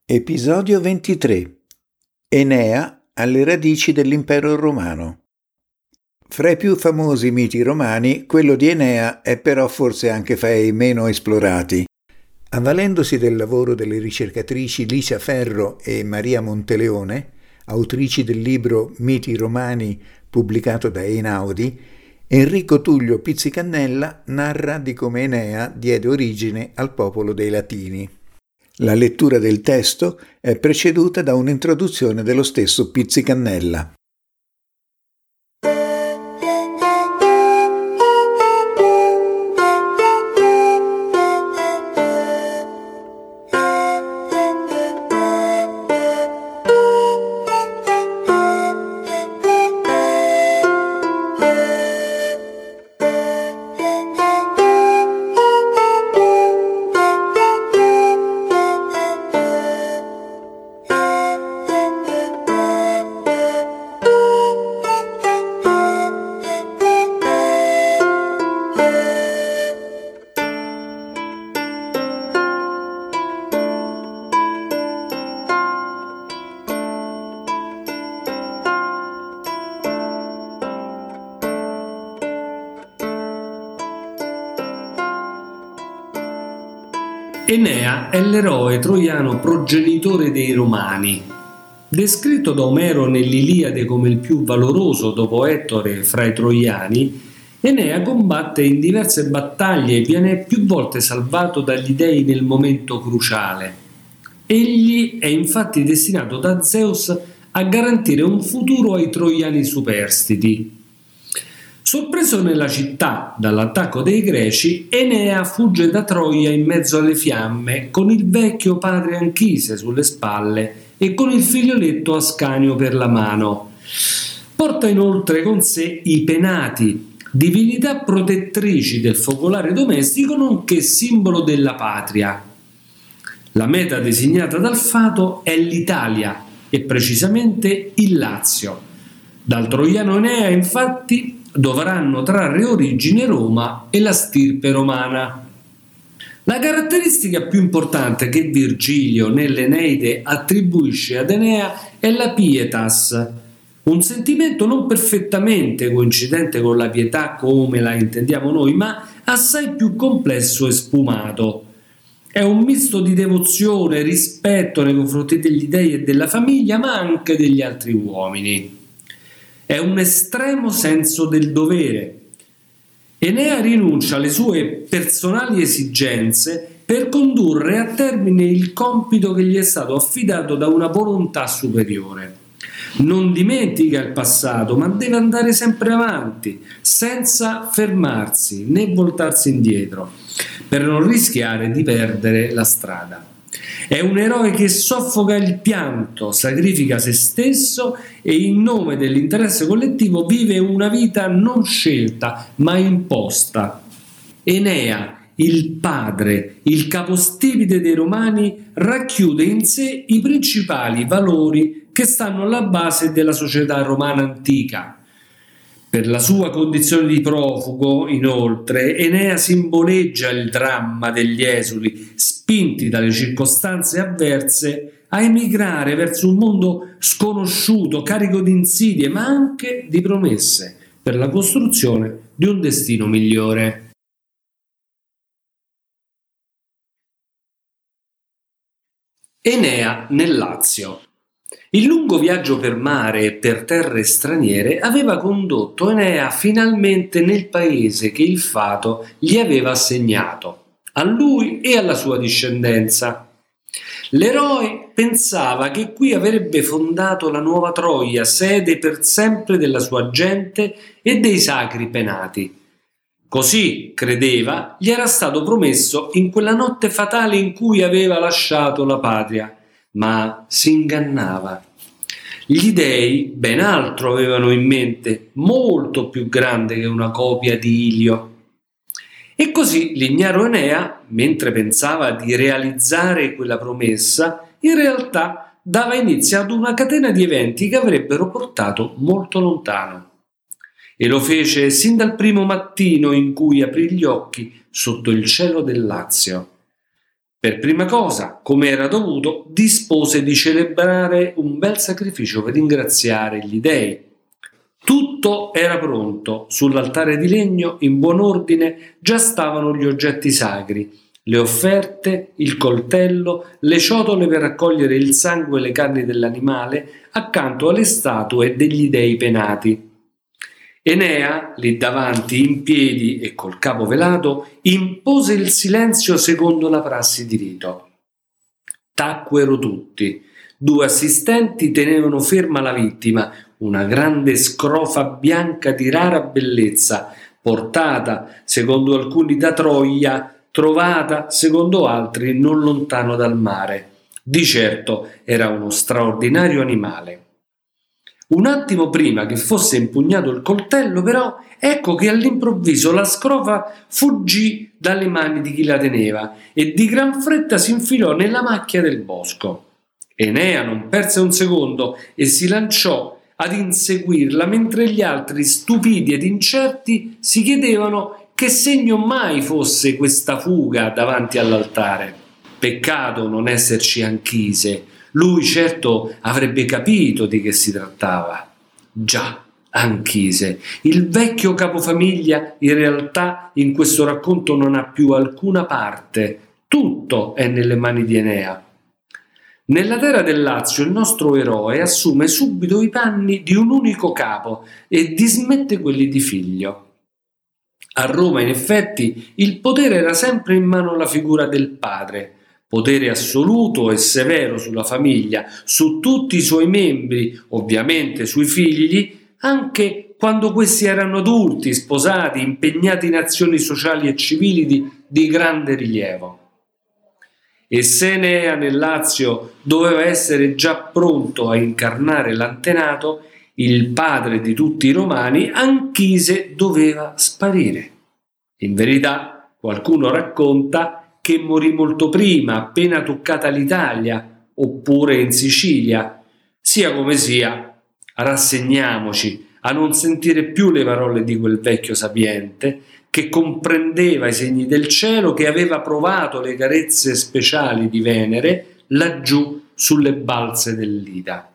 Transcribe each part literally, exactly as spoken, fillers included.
Episodio ventitré. Enea alle radici dell'impero romano. Fra i più famosi miti romani, quello di Enea è però forse anche fra i meno esplorati. Avvalendosi del lavoro delle ricercatrici Licia Ferro e Maria Monteleone, autrici del libro Miti romani pubblicato da Einaudi, Enrico Tullio Pizzicannella narra di come Enea diede origine al popolo dei Latini. La lettura del testo è preceduta da un'introduzione dello stesso Pizzicannella. Enea è l'eroe troiano progenitore dei Romani. Descritto da Omero nell'Iliade come il più valoroso dopo Ettore fra i troiani, Enea combatte in diverse battaglie e viene più volte salvato dagli dei nel momento cruciale. Egli è infatti destinato da Zeus a garantire un futuro ai troiani superstiti. Sorpreso nella città dall'attacco dei Greci, Enea fugge da Troia in mezzo alle fiamme con il vecchio padre Anchise sulle spalle e con il figlioletto Ascanio per la mano. Porta inoltre con sé i Penati, divinità protettrici del focolare domestico nonché simbolo della patria. La meta designata dal fato è l'Italia e precisamente il Lazio. Dal troiano Enea, infatti, dovranno trarre origine Roma e la stirpe romana. La caratteristica più importante che Virgilio nell'Eneide attribuisce ad Enea è la pietas, un sentimento non perfettamente coincidente con la pietà come la intendiamo noi, ma assai più complesso e sfumato. È un misto di devozione, rispetto nei confronti degli dei e della famiglia, ma anche degli altri uomini. È un estremo senso del dovere. Enea rinuncia alle sue personali esigenze per condurre a termine il compito che gli è stato affidato da una volontà superiore. Non dimentica il passato, ma deve andare sempre avanti, senza fermarsi né voltarsi indietro, per non rischiare di perdere la strada. È un eroe che soffoca il pianto, sacrifica se stesso e in nome dell'interesse collettivo vive una vita non scelta ma imposta. Enea, il padre, il capostipite dei Romani, racchiude in sé i principali valori che stanno alla base della società romana antica. Per la sua condizione di profugo, inoltre, Enea simboleggia il dramma degli esuli, spinti dalle circostanze avverse a emigrare verso un mondo sconosciuto, carico di insidie, ma anche di promesse, per la costruzione di un destino migliore. Enea nel Lazio. Il lungo viaggio per mare e per terre straniere aveva condotto Enea finalmente nel paese che il fato gli aveva assegnato, a lui e alla sua discendenza. L'eroe pensava che qui avrebbe fondato la nuova Troia, sede per sempre della sua gente e dei sacri Penati. Così, credeva, gli era stato promesso in quella notte fatale in cui aveva lasciato la patria. Ma si ingannava. Gli dei ben altro avevano in mente, molto più grande che una copia di Ilio. E così l'ignaro Enea, mentre pensava di realizzare quella promessa, in realtà dava inizio ad una catena di eventi che avrebbero portato molto lontano. E lo fece sin dal primo mattino in cui aprì gli occhi sotto il cielo del Lazio. Per prima cosa, come era dovuto, dispose di celebrare un bel sacrificio per ringraziare gli dei. Tutto era pronto, sull'altare di legno, in buon ordine, già stavano gli oggetti sacri, le offerte, il coltello, le ciotole per raccogliere il sangue e le carni dell'animale, accanto alle statue degli dei penati. Enea, lì davanti, in piedi e col capo velato, impose il silenzio secondo la prassi di rito. Tacquero tutti. Due assistenti tenevano ferma la vittima, una grande scrofa bianca di rara bellezza, portata, secondo alcuni, da Troia, trovata, secondo altri, non lontano dal mare. Di certo era uno straordinario animale. Un attimo prima che fosse impugnato il coltello, però, ecco che all'improvviso la scrofa fuggì dalle mani di chi la teneva e di gran fretta si infilò nella macchia del bosco. Enea non perse un secondo e si lanciò ad inseguirla, mentre gli altri, stupidi ed incerti, si chiedevano che segno mai fosse questa fuga davanti all'altare. Peccato non esserci Anchise. Lui certo avrebbe capito di che si trattava. Già, Anchise, il vecchio capofamiglia, in realtà in questo racconto non ha più alcuna parte. Tutto è nelle mani di Enea. Nella terra del Lazio il nostro eroe assume subito i panni di un unico capo e dismette quelli di figlio. A Roma, in effetti, il potere era sempre in mano alla figura del padre, potere assoluto e severo sulla famiglia, su tutti i suoi membri, ovviamente sui figli, anche quando questi erano adulti, sposati, impegnati in azioni sociali e civili di, di grande rilievo. E se Enea nel Lazio doveva essere già pronto a incarnare l'antenato, il padre di tutti i romani, Anchise doveva sparire. In verità, qualcuno racconta che morì molto prima, appena toccata l'Italia, oppure in Sicilia. Sia come sia, rassegniamoci a non sentire più le parole di quel vecchio sapiente che comprendeva i segni del cielo, che aveva provato le carezze speciali di Venere laggiù sulle balze dell'Ida.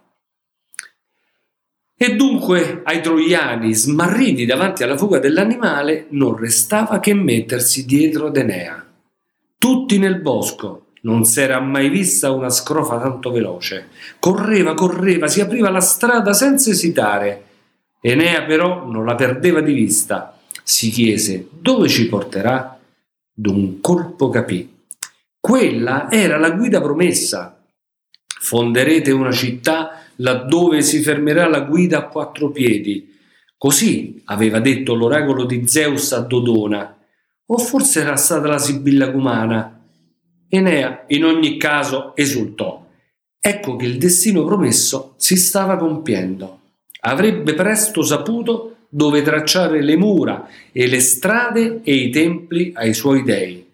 E dunque ai troiani, smarriti davanti alla fuga dell'animale, non restava che mettersi dietro ad Enea. Tutti nel bosco, non s'era mai vista una scrofa tanto veloce. Correva, correva, si apriva la strada senza esitare. Enea però non la perdeva di vista. Si chiese dove ci porterà. D'un colpo capì. Quella era la guida promessa. Fonderete una città laddove si fermerà la guida a quattro piedi. Così aveva detto l'oracolo di Zeus a Dodona. O forse era stata la Sibilla Cumana. Enea in ogni caso esultò. Ecco che il destino promesso si stava compiendo. Avrebbe presto saputo dove tracciare le mura e le strade e i templi ai suoi dei.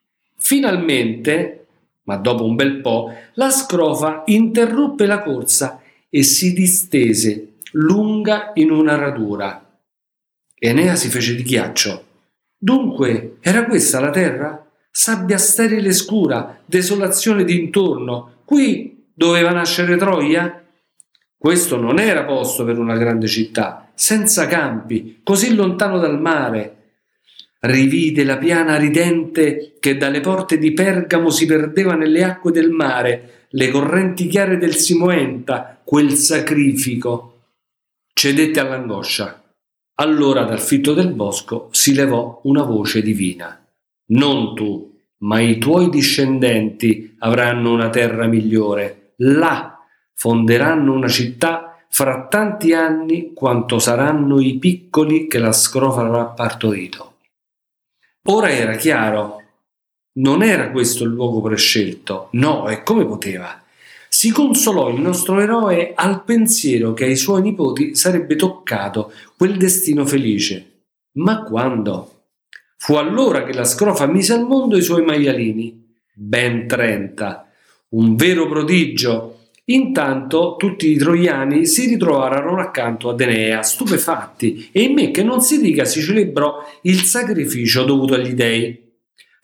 Finalmente, ma dopo un bel po', la scrofa interruppe la corsa e si distese lunga in una radura. Enea si fece di ghiaccio. Dunque, era questa la terra? Sabbia sterile e scura, desolazione d'intorno. Qui doveva nascere Troia? Questo non era posto per una grande città, senza campi, così lontano dal mare. Rivide la piana ridente che dalle porte di Pergamo si perdeva nelle acque del mare, le correnti chiare del Simoenta, quel sacrifico. Cedette all'angoscia. Allora dal fitto del bosco si levò una voce divina. Non tu, ma i tuoi discendenti avranno una terra migliore. Là fonderanno una città fra tanti anni quanto saranno i piccoli che la scrofa avrà partorito. Ora era chiaro, non era questo il luogo prescelto, no, e come poteva? Si consolò il nostro eroe al pensiero che ai suoi nipoti sarebbe toccato quel destino felice. Ma quando? Fu allora che la scrofa mise al mondo i suoi maialini, ben trenta, un vero prodigio. Intanto tutti i troiani si ritrovarono accanto ad Enea, stupefatti, e in me che non si dica si celebrò il sacrificio dovuto agli dei.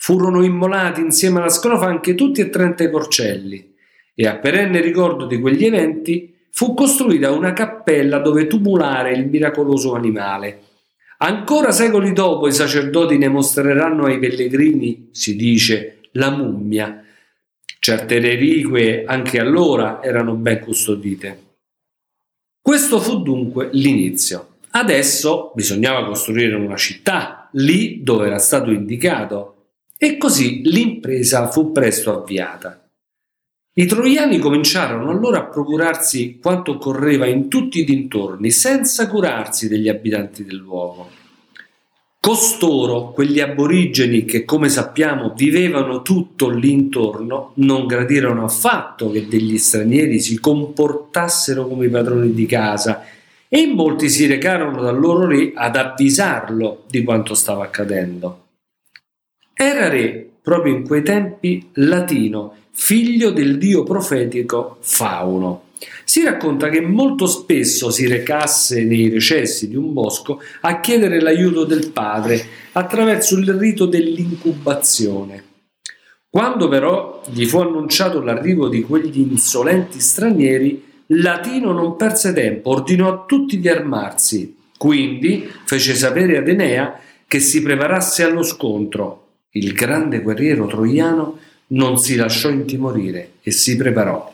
Furono immolati insieme alla scrofa anche tutti e trenta i porcelli, e a perenne ricordo di quegli eventi fu costruita una cappella dove tumulare il miracoloso animale. Ancora secoli dopo i sacerdoti ne mostreranno ai pellegrini, si dice, la mummia. Certe reliquie anche allora erano ben custodite. Questo fu dunque l'inizio. Adesso bisognava costruire una città, lì dove era stato indicato, e così l'impresa fu presto avviata. I troiani cominciarono allora a procurarsi quanto occorreva in tutti i dintorni, senza curarsi degli abitanti del luogo. Costoro, quegli aborigeni che, come sappiamo, vivevano tutto lì intorno, non gradirono affatto che degli stranieri si comportassero come i padroni di casa, e in molti si recarono dal loro re ad avvisarlo di quanto stava accadendo. Era re, proprio in quei tempi, Latino, figlio del dio profetico Fauno. Si racconta che molto spesso si recasse nei recessi di un bosco a chiedere l'aiuto del padre attraverso il rito dell'incubazione. Quando però gli fu annunciato l'arrivo di quegli insolenti stranieri, Latino non perse tempo, ordinò a tutti di armarsi, quindi fece sapere ad Enea che si preparasse allo scontro. Il grande guerriero troiano non si lasciò intimorire e si preparò.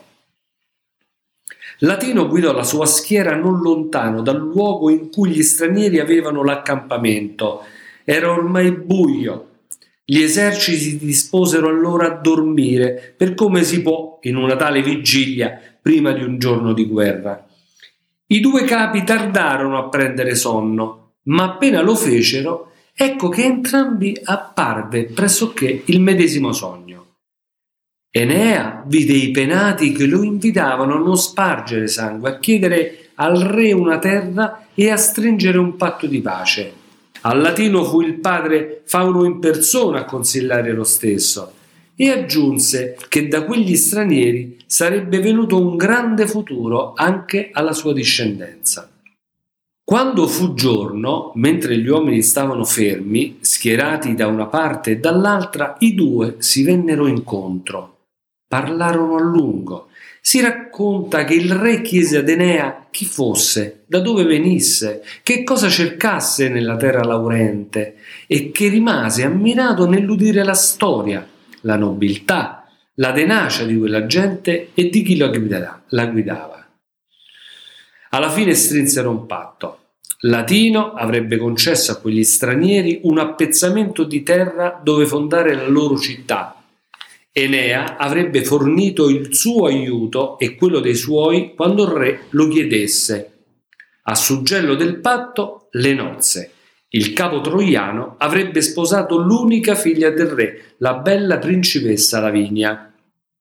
Latino guidò la sua schiera non lontano dal luogo in cui gli stranieri avevano l'accampamento. Era ormai buio. Gli eserciti si disposero allora a dormire, per come si può in una tale vigilia prima di un giorno di guerra. I due capi tardarono a prendere sonno, ma appena lo fecero, ecco che entrambi apparve pressoché il medesimo sogno. Enea vide i penati che lo invitavano a non spargere sangue, a chiedere al re una terra e a stringere un patto di pace. Al Latino fu il padre Fauno in persona a consigliare lo stesso e aggiunse che da quegli stranieri sarebbe venuto un grande futuro anche alla sua discendenza. Quando fu giorno, mentre gli uomini stavano fermi, schierati da una parte e dall'altra, i due si vennero incontro. Parlarono a lungo. Si racconta che il re chiese ad Enea chi fosse, da dove venisse, che cosa cercasse nella terra laurente e che rimase ammirato nell'udire la storia, la nobiltà, la tenacia di quella gente e di chi la guidava. Alla fine strinsero un patto. Latino avrebbe concesso a quegli stranieri un appezzamento di terra dove fondare la loro città. Enea avrebbe fornito il suo aiuto e quello dei suoi quando il re lo chiedesse. A suggello del patto, le nozze. Il capo troiano avrebbe sposato l'unica figlia del re, la bella principessa Lavinia.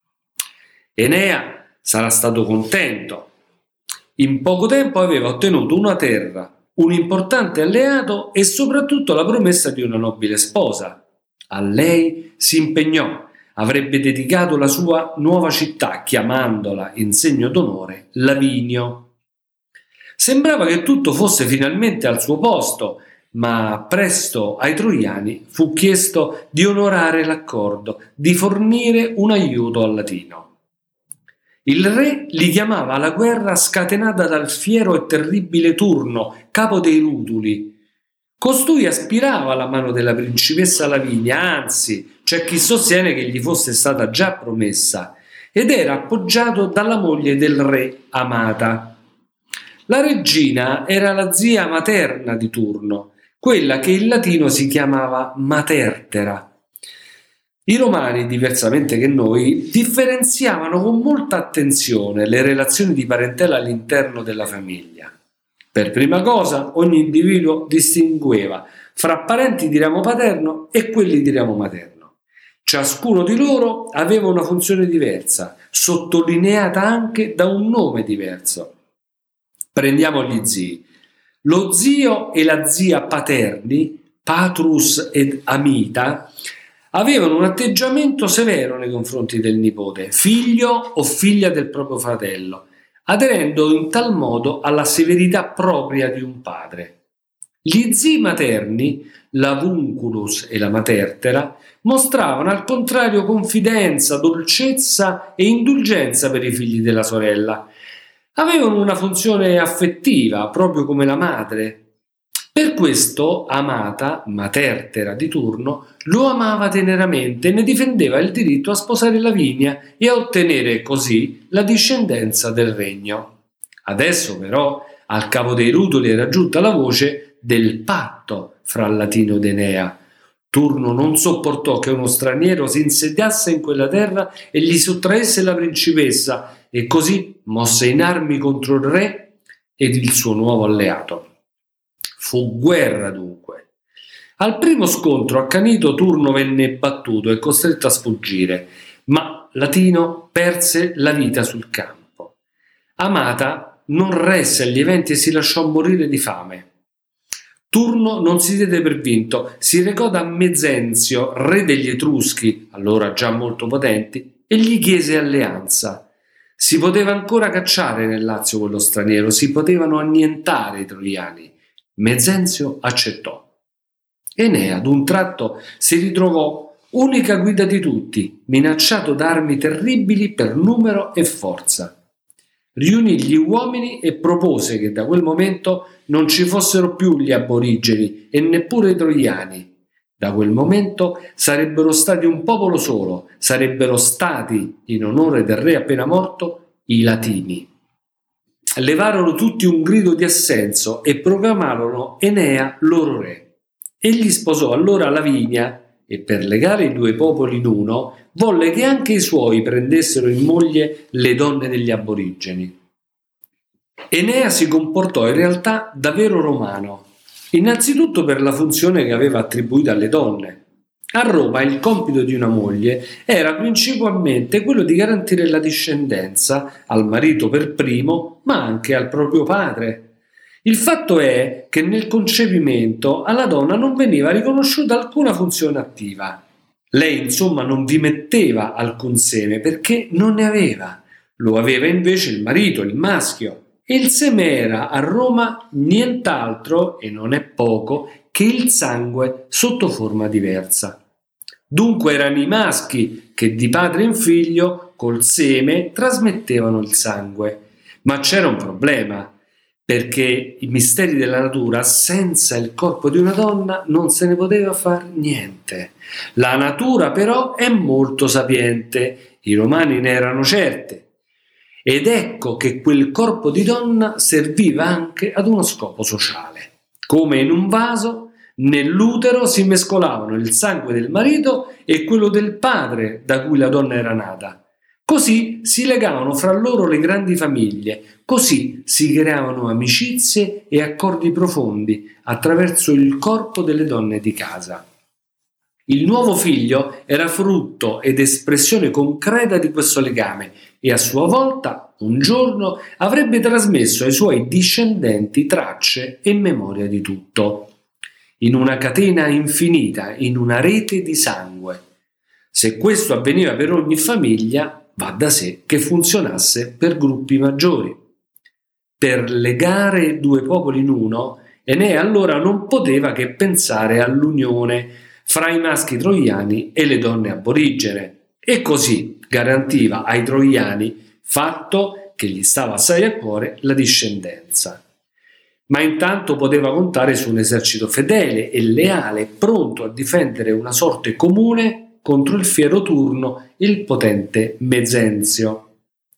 Enea sarà stato contento. In poco tempo aveva ottenuto una terra, un importante alleato e soprattutto la promessa di una nobile sposa. A lei si impegnò. Avrebbe dedicato la sua nuova città, chiamandola in segno d'onore Lavinio. Sembrava che tutto fosse finalmente al suo posto, ma presto ai troiani fu chiesto di onorare l'accordo, di fornire un aiuto al Latino. Il re li chiamava alla guerra scatenata dal fiero e terribile Turno, capo dei Rutuli. Costui aspirava alla mano della principessa Lavinia, anzi, c'è chi sostiene che gli fosse stata già promessa, ed era appoggiato dalla moglie del re, Amata. La regina era la zia materna di Turno, quella che in latino si chiamava Matertera. I romani, diversamente che noi, differenziavano con molta attenzione le relazioni di parentela all'interno della famiglia. Per prima cosa, ogni individuo distingueva fra parenti di ramo paterno e quelli di ramo materno. Ciascuno di loro aveva una funzione diversa, sottolineata anche da un nome diverso. Prendiamo gli zii. Lo zio e la zia paterni, Patrus ed Amita, avevano un atteggiamento severo nei confronti del nipote, figlio o figlia del proprio fratello, aderendo in tal modo alla severità propria di un padre. Gli zii materni l'Avunculus e la Matertera, mostravano al contrario confidenza, dolcezza e indulgenza per i figli della sorella. Avevano una funzione affettiva, proprio come la madre. Per questo Amata, Matertera di turno, lo amava teneramente e ne difendeva il diritto a sposare Lavinia e a ottenere così la discendenza del regno. Adesso però al capo dei Rutuli era giunta la voce del patto fra Latino ed Enea. Turno non sopportò che uno straniero si insediasse in quella terra e gli sottraesse la principessa, e così mosse in armi contro il re ed il suo nuovo alleato. Fu guerra dunque. Al primo scontro accanito Turno venne battuto e costretto a sfuggire, ma Latino perse la vita sul campo. Amata non resse agli eventi e si lasciò morire di fame. Turno non si diede per vinto, si recò da Mezenzio, re degli Etruschi, allora già molto potenti, e gli chiese alleanza. Si poteva ancora cacciare nel Lazio quello straniero, si potevano annientare i troiani. Mezenzio accettò. Enea ad un tratto si ritrovò unica guida di tutti, minacciato da armi terribili per numero e forza. Riunì gli uomini e propose che da quel momento non ci fossero più gli aborigeni e neppure i troiani. Da quel momento sarebbero stati un popolo solo, sarebbero stati, in onore del re appena morto, i Latini. Levarono tutti un grido di assenso e proclamarono Enea loro re. Egli sposò allora Lavinia e per legare i due popoli in uno volle che anche i suoi prendessero in moglie le donne degli aborigeni. Enea si comportò in realtà da vero romano, innanzitutto per la funzione che aveva attribuita alle donne. A Roma il compito di una moglie era principalmente quello di garantire la discendenza al marito per primo, ma anche al proprio padre. Il fatto è che nel concepimento alla donna non veniva riconosciuta alcuna funzione attiva. Lei insomma non vi metteva alcun seme perché non ne aveva. Lo aveva invece il marito, il maschio. E il seme era a Roma nient'altro, e non è poco, che il sangue sotto forma diversa. Dunque erano i maschi che di padre in figlio col seme trasmettevano il sangue. Ma c'era un problema, perché i misteri della natura senza il corpo di una donna non se ne poteva far niente. La natura però è molto sapiente, i romani ne erano certi. Ed ecco che quel corpo di donna serviva anche ad uno scopo sociale. Come in un vaso, nell'utero si mescolavano il sangue del marito e quello del padre da cui la donna era nata. Così si legavano fra loro le grandi famiglie, così si creavano amicizie e accordi profondi attraverso il corpo delle donne di casa. Il nuovo figlio era frutto ed espressione concreta di questo legame e a sua volta, un giorno, avrebbe trasmesso ai suoi discendenti tracce e memoria di tutto. In una catena infinita, in una rete di sangue. Se questo avveniva per ogni famiglia, va da sé che funzionasse per gruppi maggiori. Per legare due popoli in uno, Enea allora non poteva che pensare all'unione fra i maschi troiani e le donne aborigene, e così garantiva ai troiani, fatto che gli stava assai a cuore, la discendenza. Ma intanto poteva contare su un esercito fedele e leale, pronto a difendere una sorte comune contro il fiero Turno e il potente Mezenzio.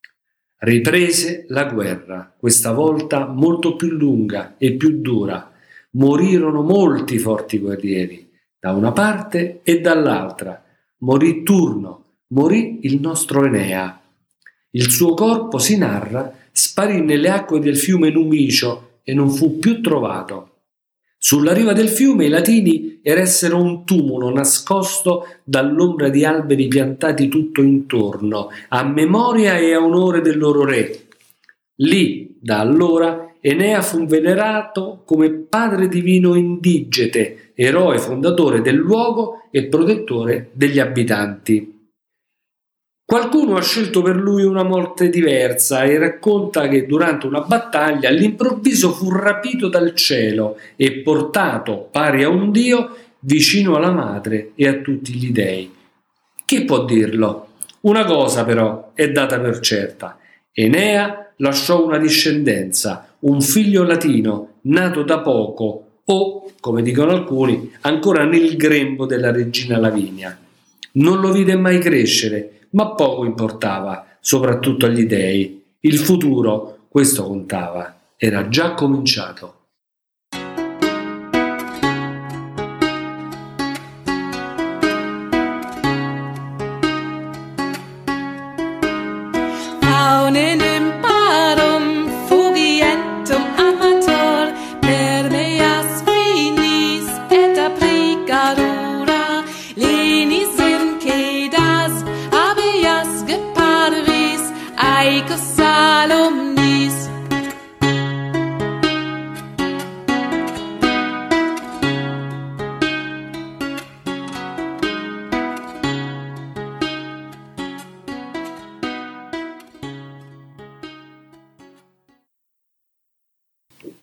Riprese la guerra, questa volta molto più lunga e più dura. Morirono molti forti guerrieri, da una parte e dall'altra. Morì Turno, morì il nostro Enea. Il suo corpo, si narra, sparì nelle acque del fiume Numicio e non fu più trovato. Sulla riva del fiume i Latini eressero un tumulo nascosto dall'ombra di alberi piantati tutto intorno, a memoria e a onore del loro re. Lì, da allora, Enea fu venerato come padre divino indigete, eroe fondatore del luogo e protettore degli abitanti. Qualcuno ha scelto per lui una morte diversa e racconta che durante una battaglia all'improvviso fu rapito dal cielo e portato, pari a un dio, vicino alla madre e a tutti gli dei. Chi può dirlo? Una cosa però è data per certa. Enea lasciò una discendenza, un figlio latino, nato da poco o, come dicono alcuni, ancora nel grembo della regina Lavinia. Non lo vide mai crescere, ma poco importava, soprattutto agli dei. Il futuro, questo contava, era già cominciato. Paunem parum fugientem amator, per meas finis et aprigarura, lenis in cedas, habeas geparvis, aicos